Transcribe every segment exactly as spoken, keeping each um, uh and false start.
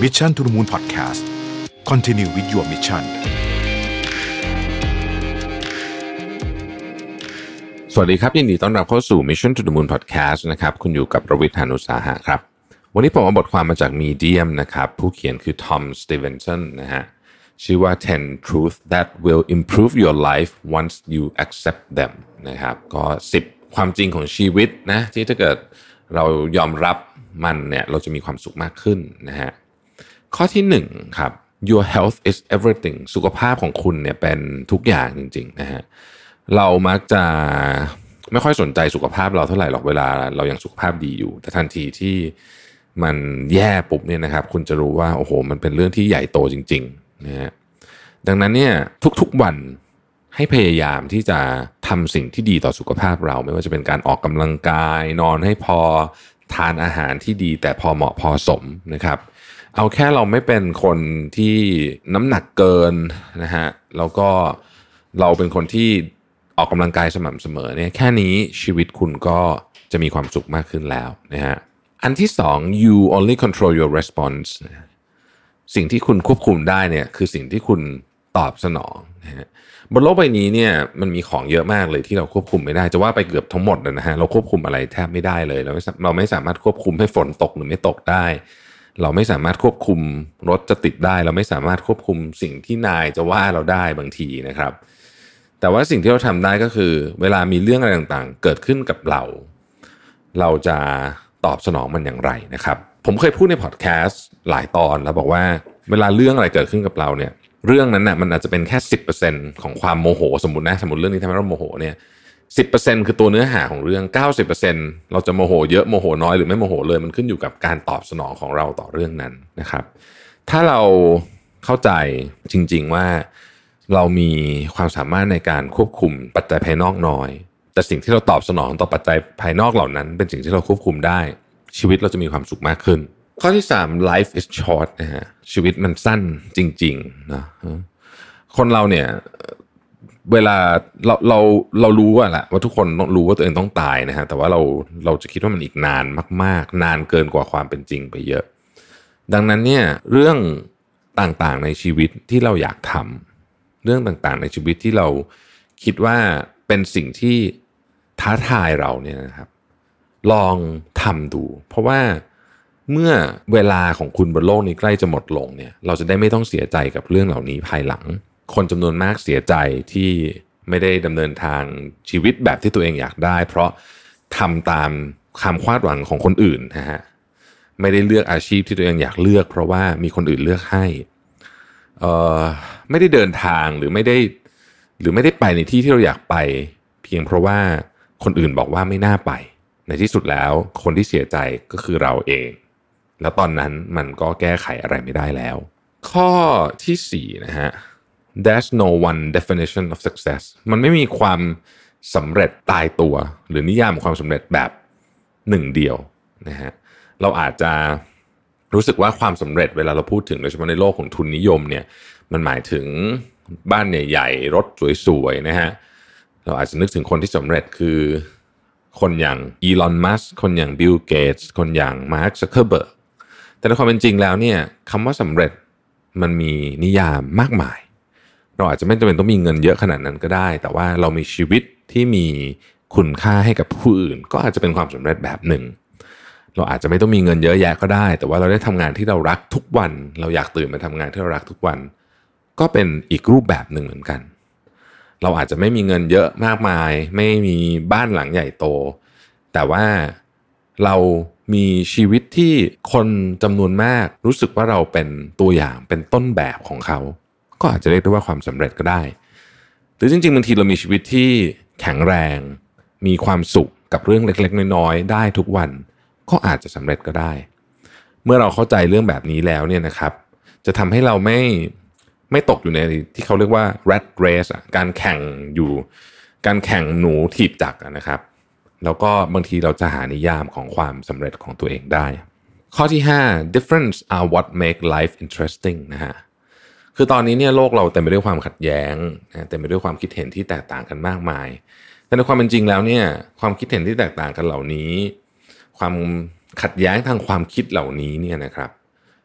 Mission to the Moon Podcast Continue with your mission สวัสดีครับยินดีต้อนรับเข้าสู่ Mission to the Moon Podcast นะครับคุณอยู่กับประวิทย์ หาญอุตสาหะครับวันนี้ผมเอาบทความมาจาก Medium นะครับผู้เขียนคือ Tom Stevenson นะฮะชื่อว่า ten Truths That Will Improve Your Life Once You Accept Them นะครับก็สิบความจริงของชีวิตนะที่ถ้าเกิดเรายอมรับมันเนี่ยเราจะมีความสุขมากขึ้นนะฮะข้อที่หนึ่งครับ Your health is everything สุขภาพของคุณเนี่ยเป็นทุกอย่างจริงๆนะฮะเรามักจะไม่ค่อยสนใจสุขภาพเราเท่าไหร่หรอกเวลาเรายังสุขภาพดีอยู่แต่ทันทีที่มันแย่ปุ๊บเนี่ยนะครับคุณจะรู้ว่าโอ้โหมันเป็นเรื่องที่ใหญ่โตจริงๆนะฮะดังนั้นเนี่ยทุกๆวันให้พยายามที่จะทำสิ่งที่ดีต่อสุขภาพเราไม่ว่าจะเป็นการออกกำลังกายนอนให้พอทานอาหารที่ดีแต่พอเหมาะพอสมนะครับเอาแค่เราไม่เป็นคนที่น้ำหนักเกินนะฮะแล้วก็เราเป็นคนที่ออกกำลังกายสม่ำเสมอเนี่ยแค่นี้ชีวิตคุณก็จะมีความสุขมากขึ้นแล้วนะฮะอันที่สอง you only control your response สิ่งที่คุณควบคุมได้เนี่ยคือสิ่งที่คุณตอบสนองนะฮะบนโลกใบนี้เนี่ยมันมีของเยอะมากเลยที่เราควบคุมไม่ได้จะว่าไปเกือบทั้งหมดเลยนะฮะเราควบคุมอะไรแทบไม่ได้เลยเราไม่เราไม่สามารถควบคุมให้ฝนตกหรือไม่ตกได้เราไม่สามารถควบคุมรถจะติดได้เราไม่สามารถควบคุมสิ่งที่นายจะว่าเราได้บางทีนะครับแต่ว่าสิ่งที่เราทำได้ก็คือเวลามีเรื่องอะไรต่างๆเกิดขึ้นกับเราเราจะตอบสนองมันอย่างไรนะครับผมเคยพูดในพอดแคสต์หลายตอนแล้วบอกว่าเวลาเรื่องอะไรเกิดขึ้นกับเราเนี่ยเรื่องนั้นน่ะมันอาจจะเป็นแค่ สิบเปอร์เซ็นต์ ของความโมโหสมมุตินะสมมุติเรื่องนี้ทำให้เราโมโหเนี่ย สิบเปอร์เซ็นต์ คือตัวเนื้อหาของเรื่อง เก้าสิบเปอร์เซ็นต์ เราจะโมโหเยอะโมโหน้อยหรือไม่โมโหเลยมันขึ้นอยู่กับการตอบสนองของเราต่อเรื่องนั้นนะครับถ้าเราเข้าใจจริงๆว่าเรามีความสามารถในการควบคุมปัจจัยภายนอกน้อยแต่สิ่งที่เราตอบสนองต่อปัจจัยภายนอกเหล่านั้นเป็นสิ่งที่เราควบคุมได้ชีวิตเราจะมีความสุขมากขึ้นข้อที่สาม life is short นะฮะชีวิตมันสั้นจริงๆนะคนเราเนี่ยเวลาเราเราเรารู้ว่าแหละว่าทุกคนต้องรู้ว่าตัวเองต้องตายนะฮะแต่ว่าเราเราจะคิดว่ามันอีกนานมากๆนานเกินกว่าความเป็นจริงไปเยอะดังนั้นเนี่ยเรื่องต่างๆในชีวิตที่เราอยากทำเรื่องต่างๆในชีวิตที่เราคิดว่าเป็นสิ่งที่ท้าทายเราเนี่ยนะครับลองทำดูเพราะว่าเมื่อเวลาของคุณบนโลกนี้ใกล้จะหมดลงเนี่ยเราจะได้ไม่ต้องเสียใจกับเรื่องเหล่านี้ภายหลังคนจำนวนมากเสียใจที่ไม่ได้ดำเนินทางชีวิตแบบที่ตัวเองอยากได้เพราะทำตามความคาดหวังของคนอื่นนะฮะไม่ได้เลือกอาชีพที่ตัวเองอยากเลือกเพราะว่ามีคนอื่นเลือกให้เอ่อไม่ได้เดินทางหรือไม่ได้หรือไม่ได้ไปในที่ที่เราอยากไปเพียงเพราะว่าคนอื่นบอกว่าไม่น่าไปในที่สุดแล้วคนที่เสียใจก็คือเราเองแล้วตอนนั้นมันก็แก้ไขอะไรไม่ได้แล้วข้อที่สี่นะฮะ There's no one definition of success มันไม่มีความสำเร็จตายตัวหรือนิยามของความสำเร็จแบบหนึ่งเดียวนะฮะเราอาจจะรู้สึกว่าความสำเร็จเวลาเราพูดถึงโดยเฉพาะในโลกของทุนนิยมเนี่ยมันหมายถึงบ้านใหญ่ๆรถสวยๆนะฮะเราอาจจะนึกถึงคนที่สำเร็จคือคนอย่างอีลอนมัสก์คนอย่างบิลเกตส์คนอย่างมาร์คซักเคอร์เบิร์กแต่ในความเป็นจริงแล้วเนี่ยคำว่าสำเร็จมันมีนิยามมากมายเราอาจจะไม่จำเป็นต้องมีเงินเยอะขนาดนั้นก็ได้แต่ว่าเรามีชีวิตที่มีคุณค่าให้กับผู้อื่นก็อาจจะเป็นความสำเร็จแบบหนึ่งเราอาจจะไม่ต้องมีเงินเยอะแยะก็ได้แต่ว่าเราได้ทำงานที่เรารักทุกวันเราอยากตื่นมาทำงานที่เรารักทุกวันก็เป็นอีกรูปแบบหนึ่งเหมือนกันเราอาจจะไม่มีเงินเยอะมากมายไม่มีบ้านหลังใหญ่โตแต่ว่าเรามีชีวิตที่คนจำนวนมากรู้สึกว่าเราเป็นตัวอย่างเป็นต้นแบบของเขาก็อาจจะเรียกได้ว่าความสำเร็จก็ได้หรือจริงๆบางทีเรามีชีวิตที่แข็งแรงมีความสุขกับเรื่องเล็กๆน้อยๆได้ทุกวันก็อาจจะสำเร็จก็ได้เมื่อเราเข้าใจเรื่องแบบนี้แล้วเนี่ยนะครับจะทำให้เราไม่ไม่ตกอยู่ในที่เขาเรียกว่า rat race อ่ะการแข่งอยู่การแข่งหนูถีบจักรนะครับแล้วก็บางทีเราจะหานิยามของความสำเร็จของตัวเองได้ข้อที่ห้า difference are what make life interesting นะฮะคือตอนนี้เนี่ยโลกเราเต็มไปด้วยความขัดแย้งเต็มไปด้วยความคิดเห็นที่แตกต่างกันมากมายแต่ในความเป็นจริงแล้วเนี่ยความคิดเห็นที่แตกต่างกันเหล่านี้ความขัดแย้งทางความคิดเหล่านี้เนี่ยนะครับ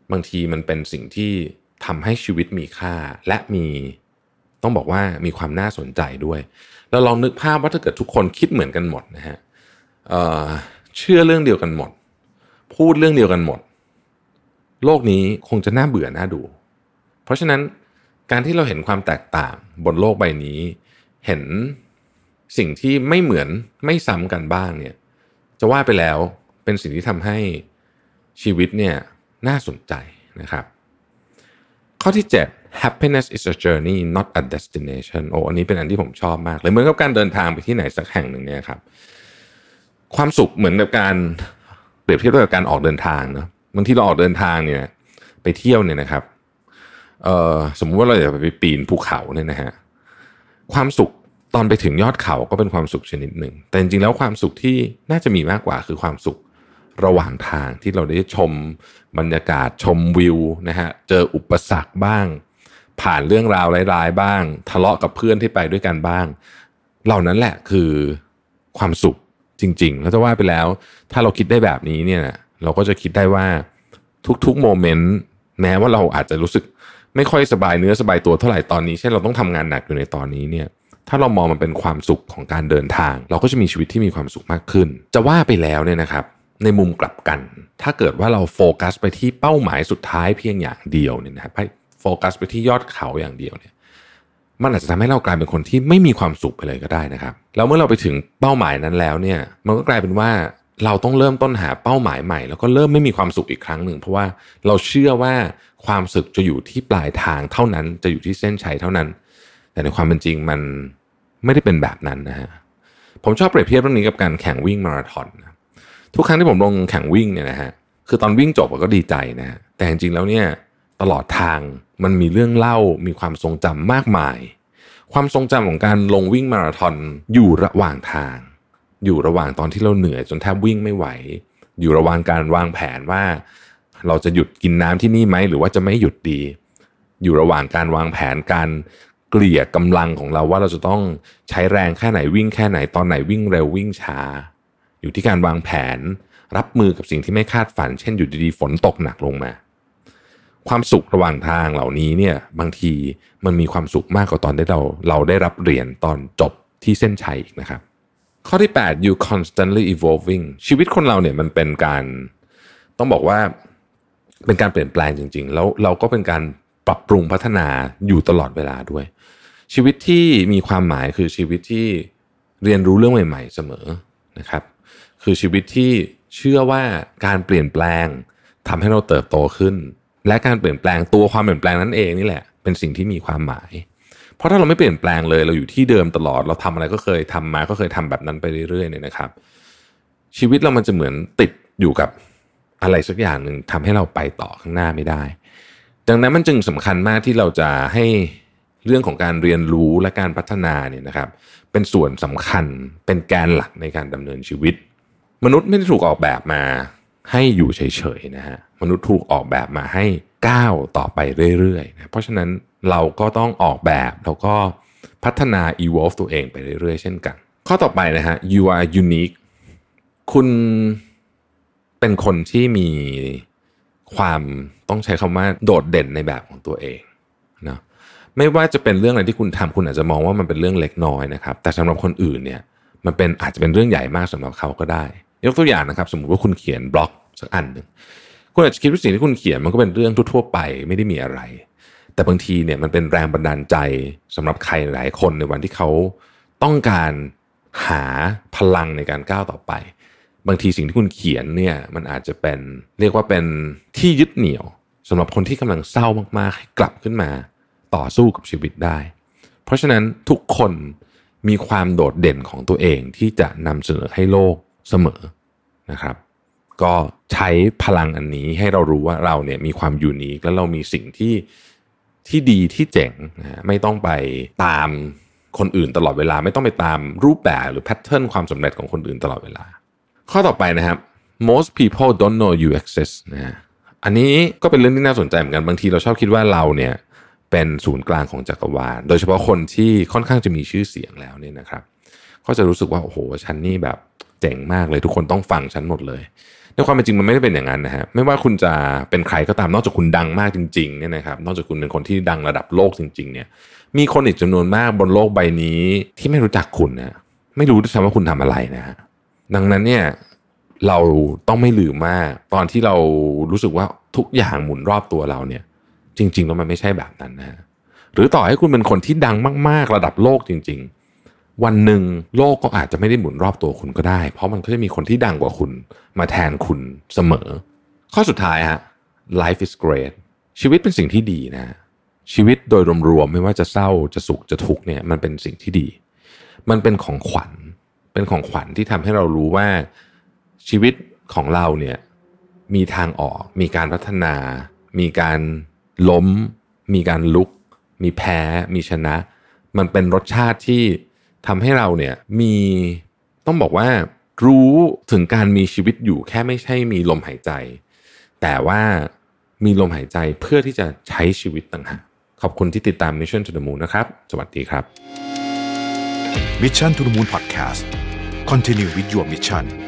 บางทีมันเป็นสิ่งที่ทำให้ชีวิตมีค่าและมีต้องบอกว่ามีความน่าสนใจด้วยเราลองนึกภาพว่าถ้าเกิดทุกคนคิดเหมือนกันหมดนะฮะ เอ่อ เชื่อเรื่องเดียวกันหมดพูดเรื่องเดียวกันหมดโลกนี้คงจะน่าเบื่อน่าดูเพราะฉะนั้นการที่เราเห็นความแตกต่างบนโลกใบนี้เห็นสิ่งที่ไม่เหมือนไม่ซ้ำกันบ้างเนี่ยจะว่าไปแล้วเป็นสิ่งที่ทำให้ชีวิตเนี่ยน่าสนใจนะครับข้อที่เจ็ด happiness is a journey not a destination โอ้อันนี้เป็นอันที่ผมชอบมากเลยเหมือนกับการเดินทางไปที่ไหนสักแห่งหนึ่งเนี่ยครับความสุขเหมือนกับการเปรียบเทียบกับการออกเดินทางเนาะบางทีเราออกเดินทางเนี่ยไปเที่ยวเนี่ยนะครับเอ่อสมมุติว่าเราอยากไปปีนภูเขาเนี่ยนะฮะความสุขตอนไปถึงยอดเขาก็เป็นความสุขชนิดหนึ่งแต่จริงๆแล้วความสุขที่น่าจะมีมากกว่าคือความสุขระหว่างทางที่เราได้ชมบรรยากาศชมวิวนะฮะเจออุปสรรคบ้างผ่านเรื่องราวร้ายๆบ้างทะเลาะกับเพื่อนที่ไปด้วยกันบ้างเหล่านั้นแหละคือความสุขจริงๆแล้วจะว่าไปแล้วถ้าเราคิดได้แบบนี้เนี่ยเราก็จะคิดได้ว่าทุกๆโมเมนต์แม้ว่าเราอาจจะรู้สึกไม่ค่อยสบายเนื้อสบายตัวเท่าไหร่ตอนนี้เช่นเราต้องทำงานหนักอยู่ในตอนนี้เนี่ยถ้าเรามองมันเป็นความสุขของการเดินทางเราก็จะมีชีวิตที่มีความสุขมากขึ้นจะว่าไปแล้วเนี่ยนะครับในมุมกลับกันถ้าเกิดว่าเราโฟกัสไปที่เป้าหมายสุดท้ายเพียงอย่างเดียวเนี่ยนะครับให้โฟกัสไปที่ยอดเขาอย่างเดียวเนี่ยมันอาจจะทำให้เรากลายเป็นคนที่ไม่มีความสุขไปเลยก็ได้นะครับแล้วเมื่อเราไปถึงเป้าหมายนั้นแล้วเนี่ยมันก็กลายเป็นว่าเราต้องเริ่มต้นหาเป้าหมายใหม่แล้วก็เริ่มไม่มีความสุขอีกครั้งหนึ่งเพราะว่าเราเชื่อว่าความสุขจะอยู่ที่ปลายทางเท่านั้นจะอยู่ที่เส้นชัยเท่านั้นแต่ในความเป็นจริงมันไม่ได้เป็นแบบนั้นนะฮะผมชอบเปรียบเทียบเรื่องนี้กับการแข่งวิ่งมาราธอนนะทุกครั้งที่ผมลงแข่งวิ่งเนี่ยนะฮะคือตอนวิ่งจบก็ดีใจนะแต่จริงๆแล้วเนี่ยตลอดทางมันมีเรื่องเล่ามีความทรงจำมากมายความทรงจำของการลงวิ่งมาราธอนอยู่ระหว่างทางอยู่ระหว่างตอนที่เราเหนื่อยจนแทบวิ่งไม่ไหวอยู่ระหว่างการวางแผนว่าเราจะหยุดกินน้ำที่นี่ไหมหรือว่าจะไม่หยุดดีอยู่ระหว่างการวางแผนการเกลี่ยกำลังของเราว่าเราจะต้องใช้แรงแค่ไหนวิ่งแค่ไหนตอนไหนวิ่งเร็ววิ่งช้าอยู่ที่การวางแผนรับมือกับสิ่งที่ไม่คาดฝันเช่นอยู่ดีๆฝนตกหนักลงมาความสุขระหว่างทางเหล่านี้เนี่ยบางทีมันมีความสุขมากกว่าตอนที่เราเราได้รับเหรียญตอนจบที่เส้นชัยอีกนะครับข้อที่แปด you constantly evolving ชีวิตคนเราเนี่ยมันเป็นการต้องบอกว่าเป็นการเปลี่ยนแปลงจริงๆแล้วเราก็เป็นการปรับปรุงพัฒนาอยู่ตลอดเวลาด้วยชีวิตที่มีความหมายคือชีวิตที่เรียนรู้เรื่องใหม่ๆเสมอนะครับคือชีวิตที่เชื่อว่าการเปลี่ยนแปลงทำให้เราเติบโตขึ้นและการเปลี่ยนแปลงตัวความเปลี่ยนแปลงนั้นเองนี่แหละเป็นสิ่งที่มีความหมายเพราะถ้าเราไม่เปลี่ยนแปลงเลยเราอยู่ที่เดิมตลอดเราทำอะไรก็เคยทำมาก็เคยทำแบบนั้นไปเรื่อยๆเนี่ยนะครับชีวิตเรามันจะเหมือนติดอยู่กับอะไรสักอย่างหนึ่งทำให้เราไปต่อข้างหน้าไม่ได้ดังนั้นมันจึงสำคัญมากที่เราจะให้เรื่องของการเรียนรู้และการพัฒนาเนี่ยนะครับเป็นส่วนสำคัญเป็นแกนหลักในการดำเนินชีวิตมนุษย์ไม่ได้ถูกออกแบบมาให้อยู่เฉยๆนะฮะมนุษย์ถูกออกแบบมาให้ก้าวต่อไปเรื่อยๆนะเพราะฉะนั้นเราก็ต้องออกแบบแล้วก็พัฒนา evolve ตัวเองไปเรื่อยๆเช่นกันข้อต่อไปนะฮะ you are unique คุณเป็นคนที่มีความต้องใช้คำว่าโดดเด่นในแบบของตัวเองนะไม่ว่าจะเป็นเรื่องอะไรที่คุณทำคุณอาจจะมองว่ามันเป็นเรื่องเล็กน้อยนะครับแต่สำหรับคนอื่นเนี่ยมันเป็นอาจจะเป็นเรื่องใหญ่มากสำหรับเขาก็ได้ยกตัวอย่างนะครับสมมุติว่าคุณเขียนบล็อกสักอันหนึ่งคุณอาจจะคิดว่าสิ่งที่คุณเขียนมันก็เป็นเรื่องทั่วๆไปไม่ได้มีอะไรแต่บางทีเนี่ยมันเป็นแรงบันดาลใจสำหรับใครหลายคนในวันที่เขาต้องการหาพลังในการก้าวต่อไปบางทีสิ่งที่คุณเขียนเนี่ยมันอาจจะเป็นเรียกว่าเป็นที่ยึดเหนี่ยวสำหรับคนที่กำลังเศร้ามากๆให้กลับขึ้นมาต่อสู้กับชีวิตได้เพราะฉะนั้นทุกคนมีความโดดเด่นของตัวเองที่จะนำเสนอให้โลกเสมอนะครับก็ใช้พลังอันนี้ให้เรารู้ว่าเราเนี่ยมีความยูนิคและเรามีสิ่งที่ที่ดีที่เจ๋งนะไม่ต้องไปตามคนอื่นตลอดเวลาไม่ต้องไปตามรูปแบบหรือแพทเทิร์นความสำเร็จของคนอื่นตลอดเวลาข้อต่อไปนะครับ most people don't know you exist นะฮะอันนี้ก็เป็นเรื่องที่น่าสนใจเหมือนกันบางทีเราชอบคิดว่าเราเนี่ยเป็นศูนย์กลางของจักรวาลโดยเฉพาะคนที่ค่อนข้างจะมีชื่อเสียงแล้วเนี่ยนะครับก็จะรู้สึกว่าโอ้โหฉันนี่แบบเจ๋งมากเลยทุกคนต้องฟังฉันหมดเลยในความเป็นจริงมันไม่ได้เป็นอย่างนั้นนะฮะไม่ว่าคุณจะเป็นใครก็ตามนอกจากคุณดังมากจริงๆเนี่ยนะครับนอกจากคุณเป็นคนที่ดังระดับโลกจริงๆเนี่ยมีคนอีกจำนวนมากบนโลกใบนี้ที่ไม่รู้จักคุณนะไม่รู้ด้วยซ้ำว่าคุณทำอะไรนะฮะดังนั้นเนี่ยเราต้องไม่ลืมว่าตอนที่เรารู้สึกว่าทุกอย่างหมุนรอบตัวเราเนี่ยจริงๆแล้วมันไม่ใช่แบบนั้นนะหรือต่อให้คุณเป็นคนที่ดังมากๆระดับโลกจริงๆวันหนึ่งโลกก็อาจจะไม่ได้หมุนรอบตัวคุณก็ได้เพราะมันก็จะมีคนที่ดังกว่าคุณมาแทนคุณเสมอข้อสุดท้ายฮะ life is great ชีวิตเป็นสิ่งที่ดีนะชีวิตโดยรวมๆไม่ว่าจะเศร้าจะสุขจะทุกข์เนี่ยมันเป็นสิ่งที่ดีมันเป็นของขวัญเป็นของขวัญที่ทำให้เรารู้ว่าชีวิตของเราเนี่ยมีทางออกมีการพัฒนามีการล้มมีการลุกมีแพ้มีชนะมันเป็นรสชาติที่ทำให้เราเนี่ยมีต้องบอกว่ารู้ถึงการมีชีวิตอยู่แค่ไม่ใช่มีลมหายใจแต่ว่ามีลมหายใจเพื่อที่จะใช้ชีวิตต่างหากขอบคุณที่ติดตาม Mission to the Moon นะครับสวัสดีครับ Mission to the Moon Podcast Continue with your mission